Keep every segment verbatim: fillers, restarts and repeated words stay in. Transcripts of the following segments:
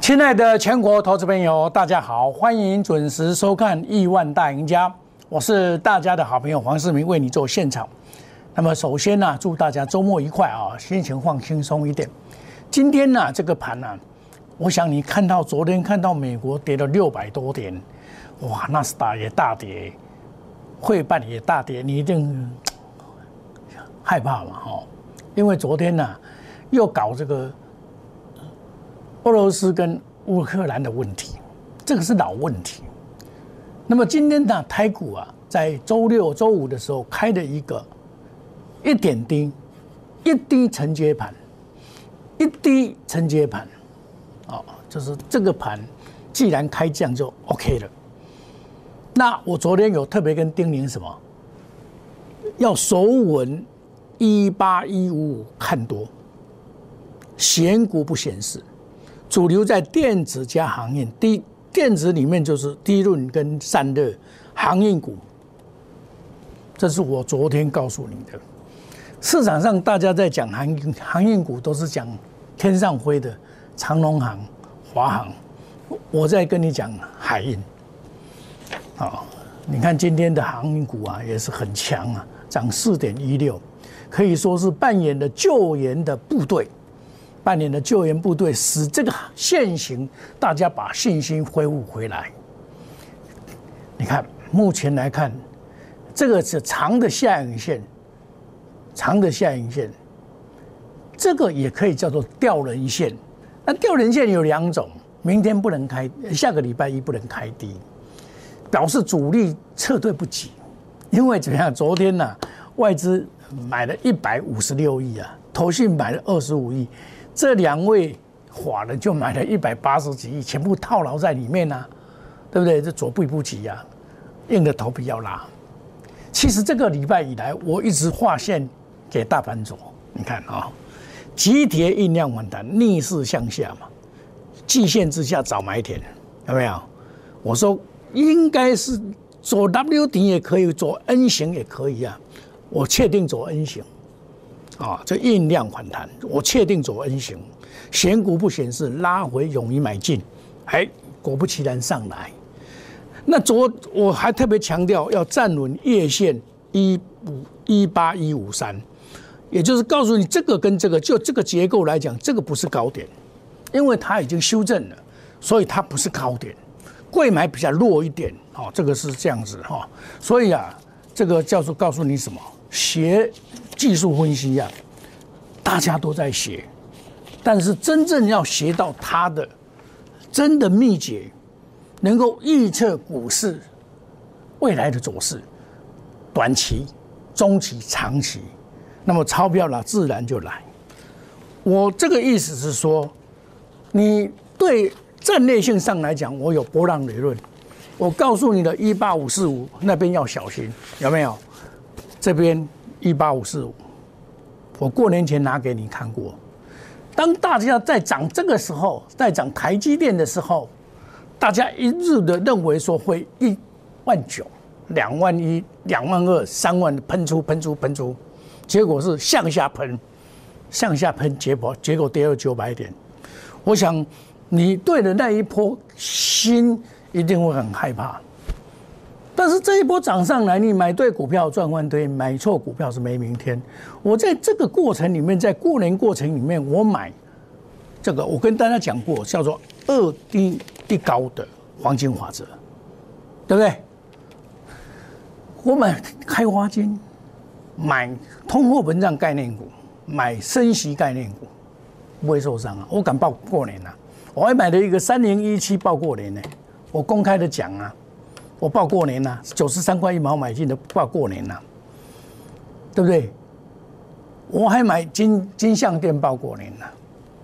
亲爱的全国投资朋友，大家好，欢迎准时收看《亿万大赢家》，我是大家的好朋友黄世明，为你做现场。那么首先呢、啊，祝大家周末愉快啊，心情放轻松一点。今天呢、啊，这个盘呢、啊，我想你看到昨天看到美国跌了六百多点，哇，纳斯达也大跌，汇办也大跌，你一定害怕嘛，哈，因为昨天呢、啊，又搞这个。俄罗斯跟乌克兰的问题，这个是老问题。那么今天呢，台股啊，在周六、周五的时候开了一个一点低、一低承接盘，一低承接盘，哦，就是这个盘既然开这样就 OK 了。那我昨天有特别跟叮咛什么？要守稳一八一五五看多，选股不显示。主流在电子加航运，低电子里面就是低润跟散热航运股，这是我昨天告诉你的。市场上大家在讲航运航运股，都是讲天上飞的长荣航、华航，我在跟你讲海运。好，你看今天的航运股啊，也是很强啊，涨四点一六，可以说是扮演了救援的部队。扮演的救援部队，使这个现行大家把信心恢复回来。你看，目前来看，这个是长的下影线，长的下影线，这个也可以叫做吊人线。那吊人线有两种，明天不能开，下个礼拜一不能开低，表示主力撤退不及。因为怎么样？昨天呢、啊，外资买了一百五十六亿啊，投信买了二十五亿。这两位法人就买了一百八十几亿，全部套牢在里面啊，对不对？这左避不及啊，硬着头皮要拉。其实这个礼拜以来，我一直画线给大盘走，你看啊、哦，急跌酝酿反弹，逆势向下嘛，季线之下找买点，有没有？我说应该是走 W 底也可以，走 N 型也可以啊，我确定走 N 型。啊，这酝酿反弹，我确定走 N 型，选股不显示，拉回勇于买进，哎，果不其然上来。那昨我还特别强调要站稳月线一五一八一五三，也就是告诉你这个跟这个就这个结构来讲，这个不是高点，因为它已经修正了，所以它不是高点，贵买比较弱一点，哦，这个是这样子哈、哦，所以啊，这个叫做告诉你什么？学技术分析啊，大家都在学，但是真正要学到它的真的秘诀，能够预测股市未来的走势，短期、中期、长期，那么钞票呢自然就来。我这个意思是说，你对战略性上来讲，我有波浪理论，我告诉你的一八五四五那边要小心，有没有？这边一八五四五，我过年前拿给你看过。当大家在涨这个时候，在涨台积电的时候，大家一致的认为说会一万九、两万一、两万二、三万喷出、喷出、喷出，结果是向下喷，向下喷，结果结果跌了九百点。我想你对的那一波心一定会很害怕。但是这一波涨上来，你买对股票赚翻堆，买错股票是没明天。我在这个过程里面，在过年过程里面，我买这个，我跟大家讲过，叫做二低一高的黄金法则，对不对？我买开花金，买通货膨胀概念股，买升息概念股，不会受伤啊！我敢报过年啊！我还买了一个三零一七报过年呢、欸，我公开的讲啊。我报过年呐、啊，九十三块一毛买进的报过年呐、啊，对不对？我还买金金像电报过年呐、啊。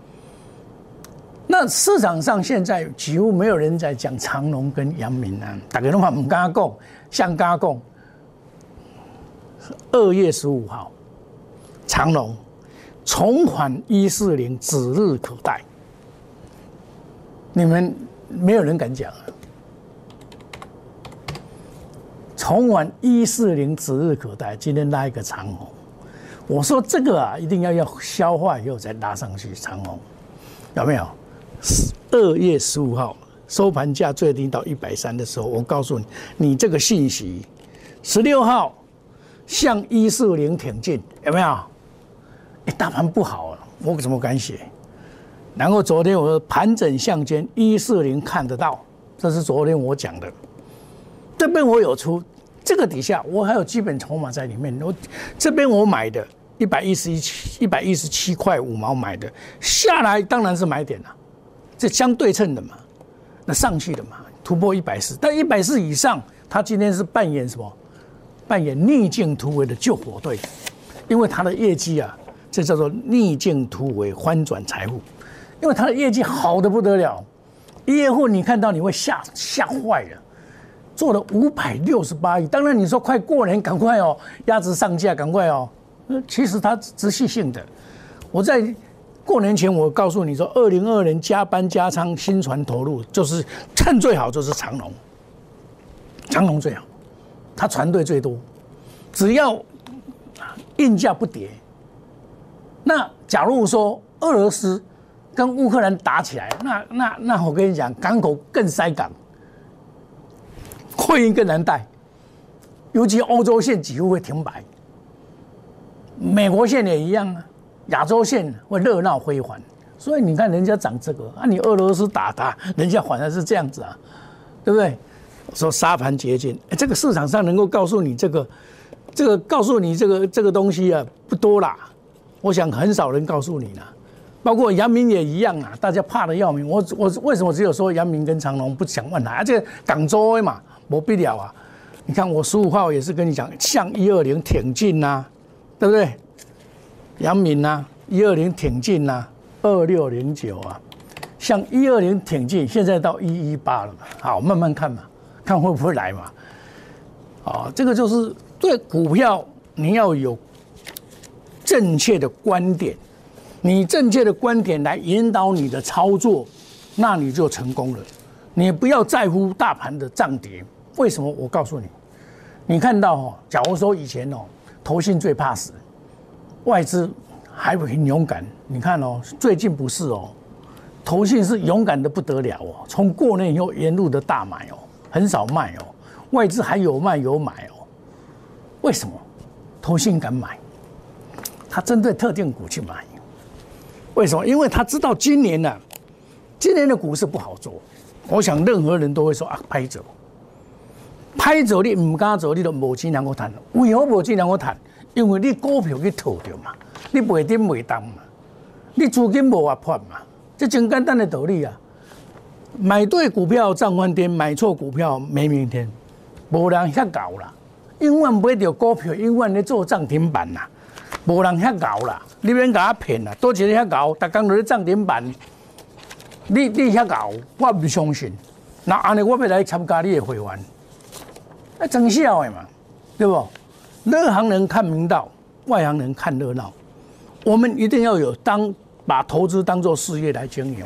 那市场上现在几乎没有人在讲长荣跟阳明啊，大家都嘛唔敢讲，像敢讲。二月十五号，长荣重返一四零，指日可待。你们没有人敢讲啊。重返一四零指日可待，今天拉一个长红，我说这个啊，一定要要消化以后再拉上去长红，有没有？ 二月十五号收盘价最低到一百三的时候，我告诉你，你这个信息，十六号向一四零挺进，有没有？哎，大盘不好啊，我怎么敢写？然后昨天我说盘整向间一四零看得到，这是昨天我讲的。这边我有出，这个底下我还有基本筹码在里面。我这边我买的一百一十一一百一十七块五毛买的，下来当然是买点了，这相对称的嘛。那上去的嘛，突破一百四，但一百四以上，它今天是扮演什么？扮演逆境突围的救火队，因为它的业绩啊，这叫做逆境突围翻转财富。因为它的业绩好得不得了，一月份你看到你会吓吓坏了，做了五百六十八亿。当然你说快过年，赶快哦，鸭子上架，赶快哦。其实它持续性的，我在过年前我告诉你说，二零二二年加班加仓新船投入，就是趁最好就是长荣，长荣最好，它船队最多，只要运价不跌。那假如说俄罗斯跟乌克兰打起来，那那那我跟你讲，港口更塞港，货运更难带，尤其欧洲线几乎会停摆，美国线也一样啊，亚洲线会热闹辉煌。所以你看人家涨这个啊，你俄罗斯打他，人家反而是这样子啊，对不对？说沙盘结晶，欸，这个市场上能够告诉你这个，这个告诉你这个这个东西啊不多啦，我想很少人告诉你啦。包括阳明也一样啊，大家怕得要命。我我为什么只有说阳明跟长荣不讲万海？而且港州的嘛，没必了啊。你看我十五号也是跟你讲，向一二零挺进呐，对不对？阳明呐，一二零挺进呐，二六零九啊，向一二零挺进，现在到一一八了嘛。好，慢慢看嘛，看会不会来嘛。啊，这个就是对股票你要有正确的观点。你正确的观点来引导你的操作，那你就成功了。你不要在乎大盘的涨跌，为什么？我告诉你，你看到哦，假如说以前哦，投信最怕死，外资还很勇敢。你看哦，最近不是哦，投信是勇敢的不得了哦，从过年以后沿路的大买哦，很少卖哦，外资还有卖有买哦。为什么？投信敢买，他针对特定股去买。为什么？因为他知道今年呢、啊，今年的股市不好做。我想任何人都会说啊，拍走，拍走你唔敢做，你就无钱能够谈。为何无钱能够谈？因为你股票去套着嘛，你袂顶袂当嘛，你资金无法判嘛，这真简单的道理啊。买对股票涨翻天，买错股票没明天，无人遐搞啦。永远买到股票，永远咧做涨停板啦。无人遐搞啦，你免甲我骗啦，多一个遐搞，逐工都咧涨停板，你你遐搞，我不相信。那安尼我要来参加你的会员，那真笑的嘛，对不？内行人看门道，外行人看热闹。我们一定要有当把投资当作事业来经营，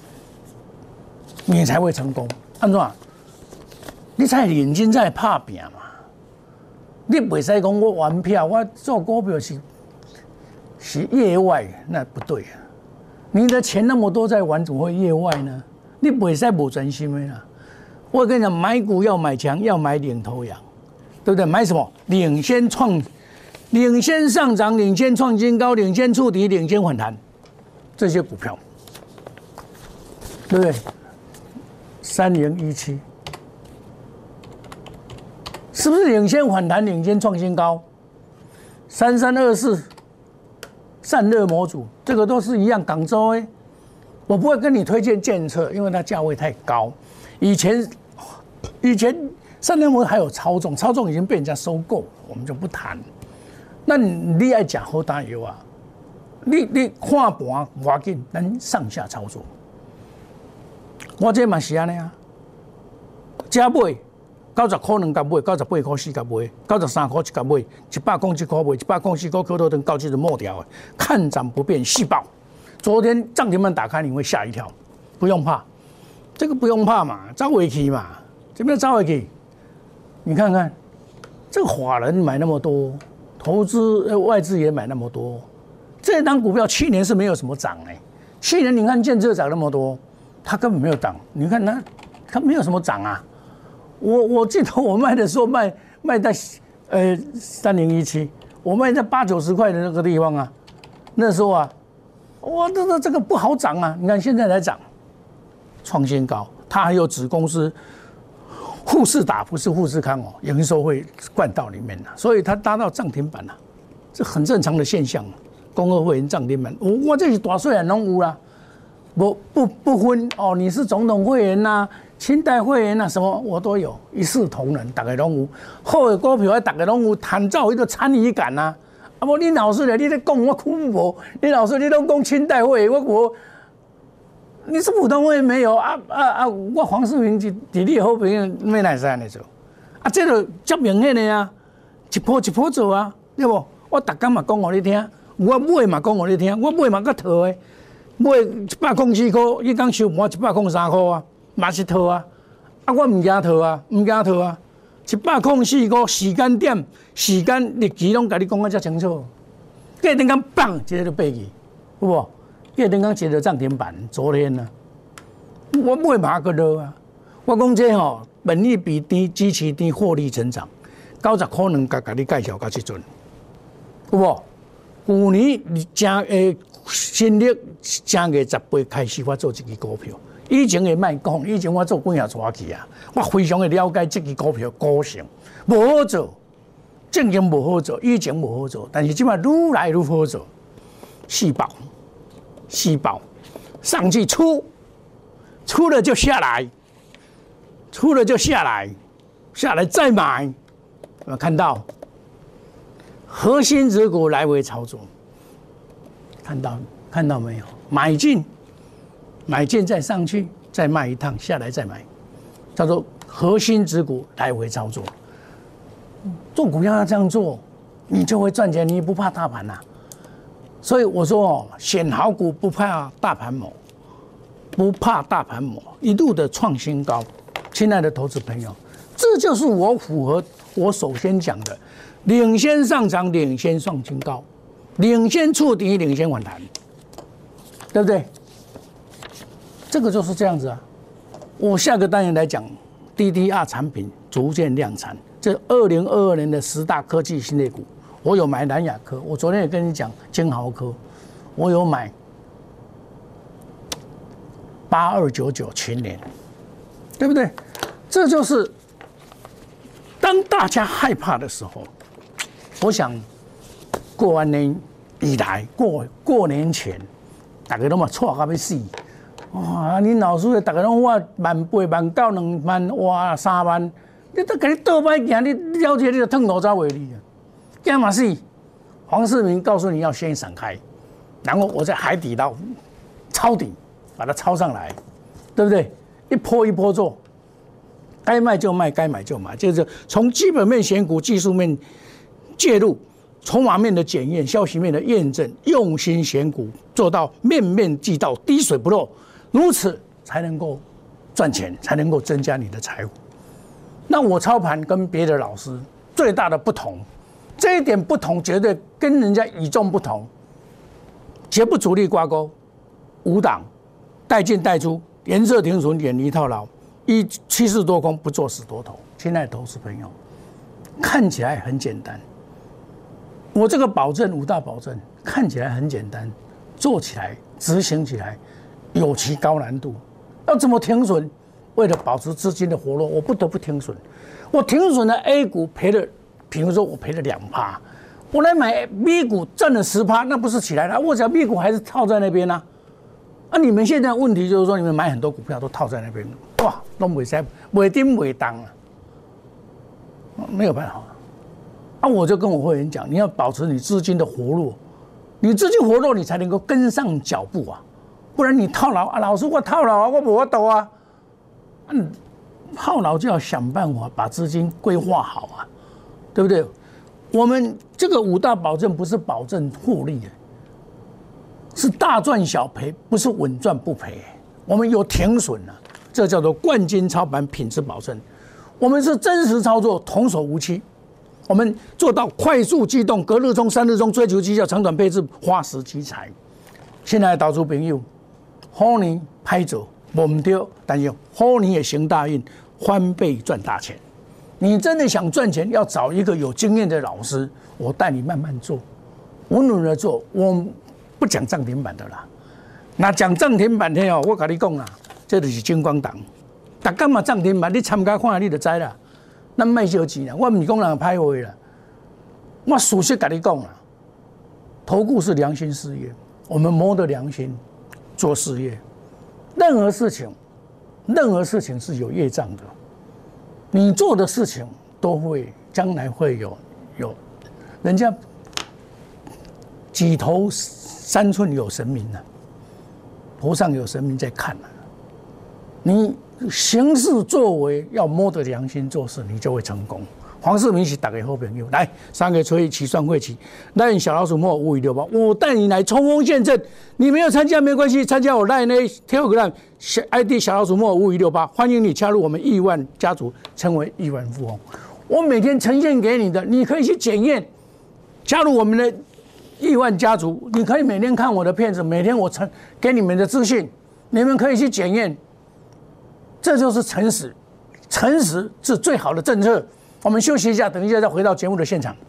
你才会成功。安怎？你才认真在拍拼嘛。你袂使讲我玩票，我做股票是。是业外，那不对啊！你的钱那么多在玩，怎么会业外呢？你袂使无专心的啦！我跟你讲，买股要买强，要买领头羊，对不对？买什么？领先创、领先上涨、领先创新高、领先触底、领先反弹，这些股票，对不对？三零一七，是不是领先反弹、领先创新高？三三二四。散热模组，这个都是一样，港州哎，我不会跟你推荐建策，因为它价位太高。以前，以前散热模组还有操纵，操纵已经被人家收购，我们就不谈。那你爱讲好打油啊？你你看盘要紧，咱上下操作。我这嘛是安尼啊，加买。九十块两角买，九十八块四角买，九十三块一角买，一百公一块买，一百公四块 Q 头灯高级的末条的，看涨不变细爆。昨天涨停板打开，你会吓一跳，不用怕，这个不用怕嘛，招回去嘛，这边招回去，你看看，这个法人买那么多，投资呃外资也买那么多，这档股票去年是没有什么涨哎、欸，去年你看建设涨那么多， 它根本没有涨。你看它，它没有什么涨啊。我我记得我卖的时候卖卖在呃三零一七，我卖在八九十块的那个地方啊。那时候啊，哇，这个这个不好涨啊。你看现在才涨，创新高。它还有子公司富士达，不是富士康哦，营收会灌到里面了，所以它达到涨停板了，这很正常的现象。公会会员涨停板，我我这是大细汉拢有啦，不不不分哦，你是总统会员呐、啊、清代会员呐、啊，什么我都有，一视同仁，大家拢有。好的股票，大家拢有，参照一个参与感呐、啊。啊无你老师咧，你咧讲我苦无，你老师你拢讲清代会员，我我。你是普通会没有啊啊啊！我黄世明是伫你好朋友，没来安尼做啊，这个足明显的啊，一波一波做啊，对不？我逐工嘛讲互你听，我买嘛讲互你听，我买嘛较套的，买一百空四块，伊讲收我一百空三块啊，嘛是套啊，啊我唔惊套啊，唔惊套啊，一百空四块，时间点、时间日期拢甲你讲啊遮清楚，隔天讲棒，一个就爬去，有无？第二天刚接着涨停板，昨天呢、啊，我买马个了啊！我讲这吼，本益比低，基期低，获利成长，九十可能甲甲你介绍到即阵，有无？去年你正诶新历正月十八开始，我做这支股票，以前会卖讲，以前我做几下抓去啊，我非常的了解这支股票股性，无好做，正经无好做，以前无好做，但是即摆愈来愈好做，四爆。细胞上去出，出了就下来，出了就下来，下来再买，有没有看到？核心持股来回操作，看到看到没有？买进，买进再上去，再卖一趟，下来再买，叫做核心持股来回操作。做股票要这样做，你就会赚钱，你不怕大盘呐、啊。所以我说哦，选好股不怕大盘猛，不怕大盘猛，一路的创新高。亲爱的投资朋友，这就是我符合我首先讲的，领先上涨，领先创新高，领先触底，领先反弹，对不对？这个就是这样子啊。我下个单元来讲 D D R 产品逐渐量产，这二零二二年的十大科技新类股。我有买南亚科，我昨天也跟你讲金豪科，我有买八二九九群联，对不对？这就是当大家害怕的时候，我想过完年以来，过过年前，大家都嘛错到要死，哇！你老师的大家拢我万八万九两万哇三万，你都给你倒摆行，你了解你就腾头走为你啊！干嘛是？黄世明告诉你要先闪开，然后我在海底捞抄底，把它抄上来，对不对？一波一波做，该卖就卖，该买就买，就是从基本面选股、技术面介入、筹码面的检验、消息面的验证，用心选股，做到面面俱到、滴水不漏，如此才能够赚钱，才能够增加你的财富。那我操盘跟别的老师最大的不同。这一点不同，绝对跟人家与众不同，绝不主力挂钩，无档，带进带出，颜色停损，远离套牢，一趋势多空，不做死多头。亲爱的投资朋友，看起来很简单，我这个保证五大保证看起来很简单，做起来执行起来有其高难度。要怎么停损？为了保持资金的活络，我不得不停损。我停损了 A 股赔了。比如说我赔了两趴，我来买 B 股赚了十趴，那不是起来了？我只要 B 股还是套在那边呢、啊？啊，你们现在问题就是说，你们买很多股票都套在那边，哇，都没在，没丁没当啊，没有办法。啊，我就跟我会员讲，你要保持你资金的活络，你资金活络，你才能够跟上脚步啊，不然你套牢啊，老师我套牢啊，我没法抖啊，嗯，套牢就要想办法把资金规划好啊。对不对？我们这个五大保证不是保证获利的，是大赚小赔，不是稳赚不赔。我们有停损啊，这叫做冠军操盘品质保证。我们是真实操作，童叟无欺。我们做到快速机动，隔日冲、三日冲，追求绩效，长短配置，花时积财。现在的投资朋友，好年拍走， 我们丢，但是虎年也行大运，翻倍赚大钱。你真的想赚钱，要找一个有经验的老师，我带你慢慢做，稳稳的做。我不讲涨停板的啦，那讲涨停板的哦，我跟你讲啦，这就是金光党。但干嘛涨停板？你参加看，你就知啦。咱卖小钱啦，我唔是讲人歹话啦，我事实跟你讲啦，投顾是良心事业，我们摸着良心做事业。任何事情，任何事情是有业障的。你做的事情都会将来会有有，人家几头三寸有神明啊，头上有神明在看啊。你行事作为要摸着良心做事，你就会成功。黄世明是大家好朋友，来三个吹起算会起，赖小老鼠莫五一六八，我带你来冲锋陷阵。你没有参加没关系，参加我赖那 Telegram I D 小老鼠莫五一六八，欢迎你加入我们亿万家族，成为亿万富翁。我每天呈现给你的，你可以去检验。加入我们的亿万家族，你可以每天看我的片子，每天我呈给你们的资讯，你们可以去检验。这就是诚实，诚实是最好的政策。我们休息一下，等一下再回到节目的现场。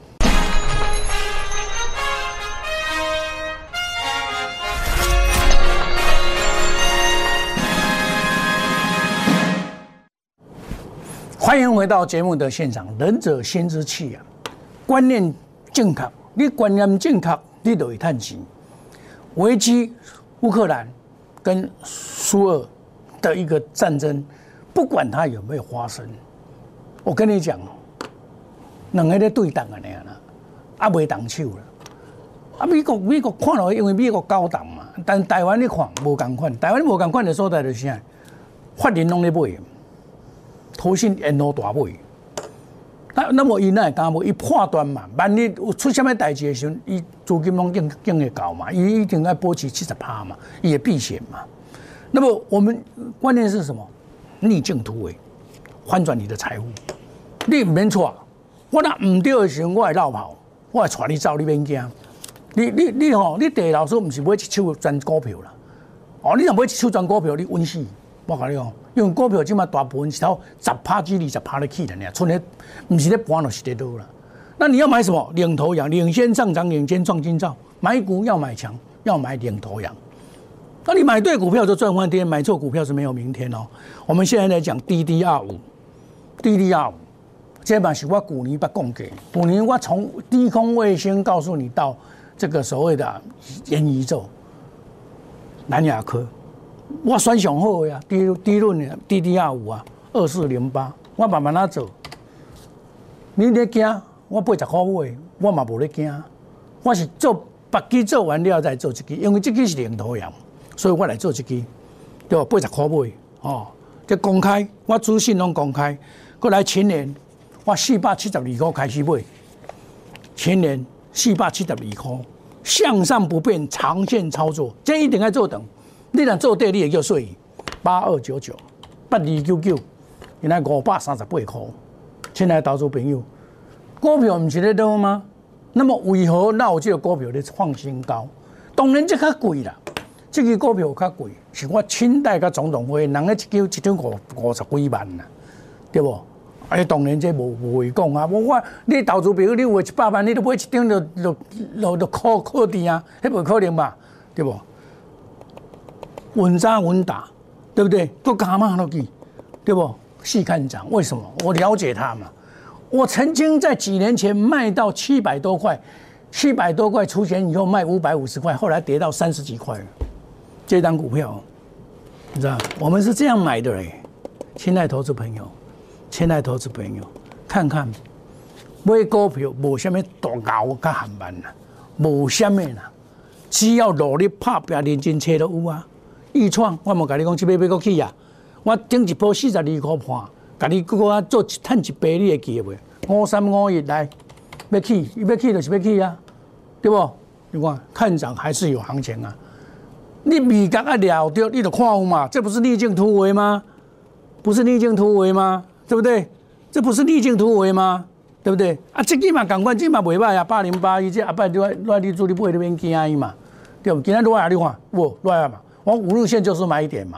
欢迎回到节目的现场。仁者先知气啊，观念正确，你观念正确，你就会赚钱。危机，乌克兰跟苏俄的一个战争，不管它有没有发生。我跟你讲，两个在对档啊，那样啦，啊，袂动手啦。啊，美国美国看落，因为美国高档嘛，但台湾你看无共款，台湾无共款的所在就是啥，法人拢咧买，投信沿路大买。那那么伊哪会敢买？伊判断嘛，万一有出什么代志的时候，伊资金拢更更会高嘛，伊一定要保持七十趴嘛，伊也避险嘛。那么我们关键是什么？逆境突围，翻转你的财富。你唔免错，我若唔对的时候，我会绕跑，我会带你走，你免惊。你你你吼，你第老师唔是买一手全股票啦，哦，你若买一手全股票，你稳死。我跟你讲，因为股票即马大部分是头十趴至二十趴的起的呢，剩的唔是咧盘就是咧倒啦。那你要买什么？领头羊，领先上涨，领先创新照。买股要买强，要买领头羊。那你买对股票就赚翻天，买错股票是没有明天哦。我们现在来讲 D D R 五 ，D D R 五。这嘛是我去年捌讲过，去年我从低空卫星告诉你到这个所谓的元宇宙、南亚科，我选上好呀，低低论的 D D R 五啊，二四零八，我慢慢啊做。你咧惊？我八十块买，我嘛无咧惊。我是做别支做完了再做一支，因为这支是领头羊，所以我来做一支，对吧？八十块买哦，这公开，我资讯拢公开，过来前年。我四百七十二块开始买，前年四百七十二块，向上不变，长线操作，这一定要做等。你若做对，你会叫税。八二九九，八二九九，原来五百三十八块。亲爱的投资朋友，股票不是在倒吗？那么为何那有这个股票在创新高？当然这较贵啦，这个股票较贵，是我清代甲总统会，人个一张一张五五十几万啦，对不？哎，当然这无无话讲啊！我我你投资，比如你有一百万，你都买一张就就就就靠靠定啊，迄不可能吧？对不？稳扎稳打，对不对？都加码落去，对不？细看涨，为什么？我了解它嘛。我曾经在几年前卖到七百多块，七百多块出钱以后卖五百五十块，后来跌到三十几块了。这张股票，你知道我们是这样买的嘞，亲爱的投资朋友。亲爱的投资朋友，看看买股票无什么大牛甲含慢啦，无什么啦，只要努力拍拼、认真车都有啊。豫创，我无甲你讲，这买买过去啊，我顶一波四十二块半，甲你搁我做一趁一倍，你会记袂？五三五一来，要起，要起就是要起啊，对不？你看看涨还是有行情啊。你味觉啊了着，你就看有嘛，这不是逆境突围吗？不是逆境突围吗？对不对？这不是逆境突围吗？对不对？啊，这个嘛，赶快，这嘛袂歹啊，八零八一这阿伯乱乱你做你买那边惊伊嘛，对不？今天落来你看，不落来嘛，我五日线就是买点嘛，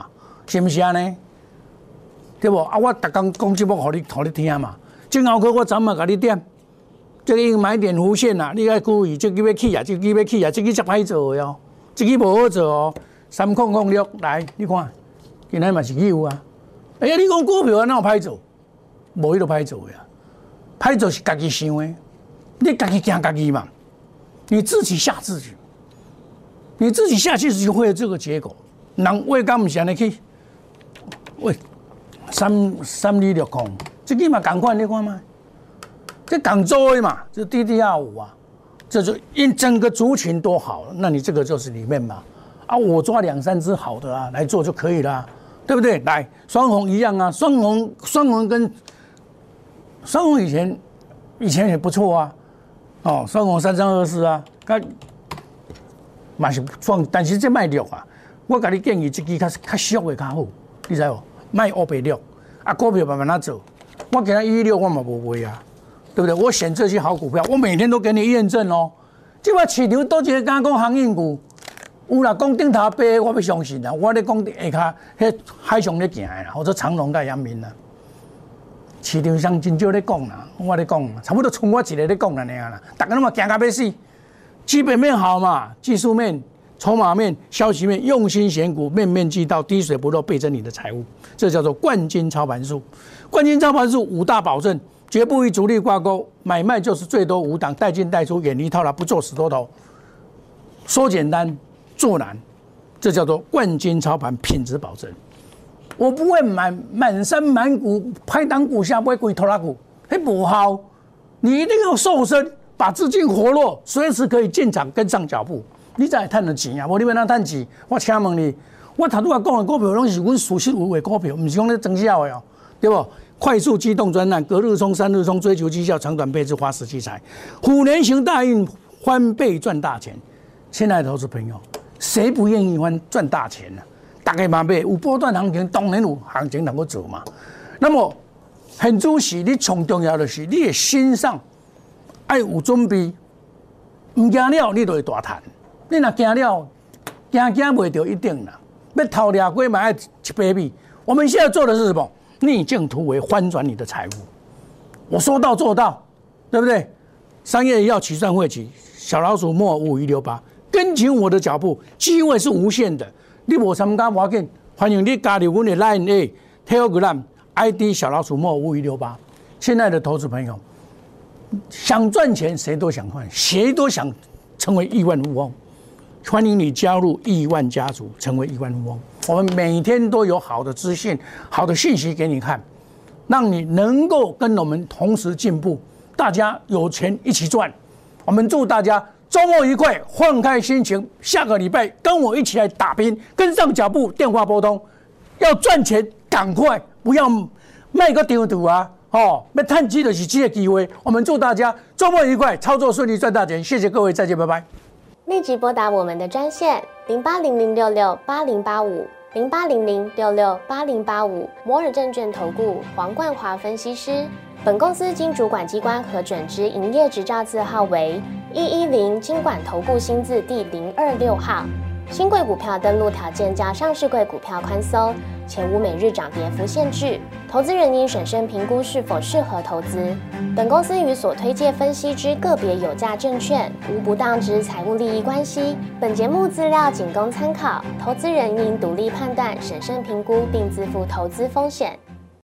是不是安尼？对不？啊，我逐工讲节目，互你互你听嘛。正后课我昨晚甲你点，这个买点弧线啦，你爱注意，这个要起啊，这个要起啊，这个才歹做的哦，这个无好做哦。三空空六来，你看，今仔嘛是有啊。哎呀，你讲股票啊，哪有歹做？无迄个歹做呀，歹做是家己想的，你家己惊家己嘛，你自己吓自己，你自己下去就会有这个结果。人为敢唔是安尼去？喂，三三二六空，这个嘛共款，你看嘛，这港州的嘛，这 D D R 五啊，这就因整个族群都好，那你这个就是里面嘛。啊，我抓两三只好的啊来做就可以了，对不对？来，双红一样啊，双红双红跟双红以前以前也不错啊，哦，双红三三二四啊，它嘛是放，但是这卖绿啊。我甲你建议，这支较较俗的较好，你知无？卖乌白绿，啊，股票慢慢啊做。我给他一一六，我嘛无卖啊，对不对？我选这些好股票，我每天都给你验证哦。即摆市场都一个敢讲航运股，有啦，讲顶头飞，我要相信啦。我咧讲下骹，迄海上咧行的啦，或者长荣甲阳明啦。市场上真少咧讲啦，我咧讲，差不多剩我一个咧讲啦，那样啦。大家拢嘛惊到要死，基本面好嘛，技术面。筹码面、消息面，用心选股，面面俱到，滴水不漏，倍增你的财务。这叫做冠军操盘术。冠军操盘术五大保证，绝不与主力挂钩，买卖就是最多五档，带进带出，远离套牢，不做死多头。说简单，做难，这叫做冠军操盘品质保证。我不会满满山满谷拍档股下，不会归拖拉股，嘿不好。你一定要瘦身，把资金活络，随时可以进场跟上脚步。你才会赚到钱啊！无你要哪赚钱？我请问你，我头拄仔讲的股票，拢是阮熟悉有的股票，毋是讲咧增效的哦，对不？快速机动专案，隔日冲、三日冲，追求绩效，长短配置，花时器材，虎年行大运，翻倍赚大钱。亲爱的投资朋友，谁不愿意翻赚大钱呢、啊？大家嘛买，有波段行情，当然有行情能够走嘛。那么，很主席，你最重要的是，你的心上爱有准备，唔惊了，你就会大赚。你若惊了，惊惊袂到一定啦。要偷掠过嘛，要一百米。我们现在做的是什么？逆境突围，翻转你的财务。我说到做到，对不对？三月要起算会起，小老鼠莫五五一六八，跟紧我的脚步，机会是无限的。你无参加，我紧欢迎你加入我的 Line A、Telegram I D 小老鼠莫五五一六八。亲爱的投资朋友，想赚钱，谁都想赚，谁都想成为亿万富翁。欢迎你加入亿万家族，成为亿万富翁。我们每天都有好的资讯、好的信息给你看，让你能够跟我们同时进步，大家有钱一起赚。我们祝大家周末愉快，放开心情。下个礼拜跟我一起来打拼，跟上脚步，电话拨通。要赚钱，赶快，不要卖个丢赌啊！哦，要探机的是这个机会。我们祝大家周末愉快，操作顺利，赚大钱。谢谢各位，再见，拜拜。 立即拨打我们的专线零八零零六六八零八五零八零零六六八零八五摩尔证券投顾黄冠华分析师。本公司经主管机关核准之营业执照字号为一一零金管投顾新字第零二六号。新贵股票登录条件较上市贵股票宽松，且无每日涨跌幅限制。投资人应审慎评估是否适合投资。本公司与所推介分析之个别有价证券无不当之财务利益关系。本节目资料仅供参考，投资人应独立判断、审慎评估并自负投资风险。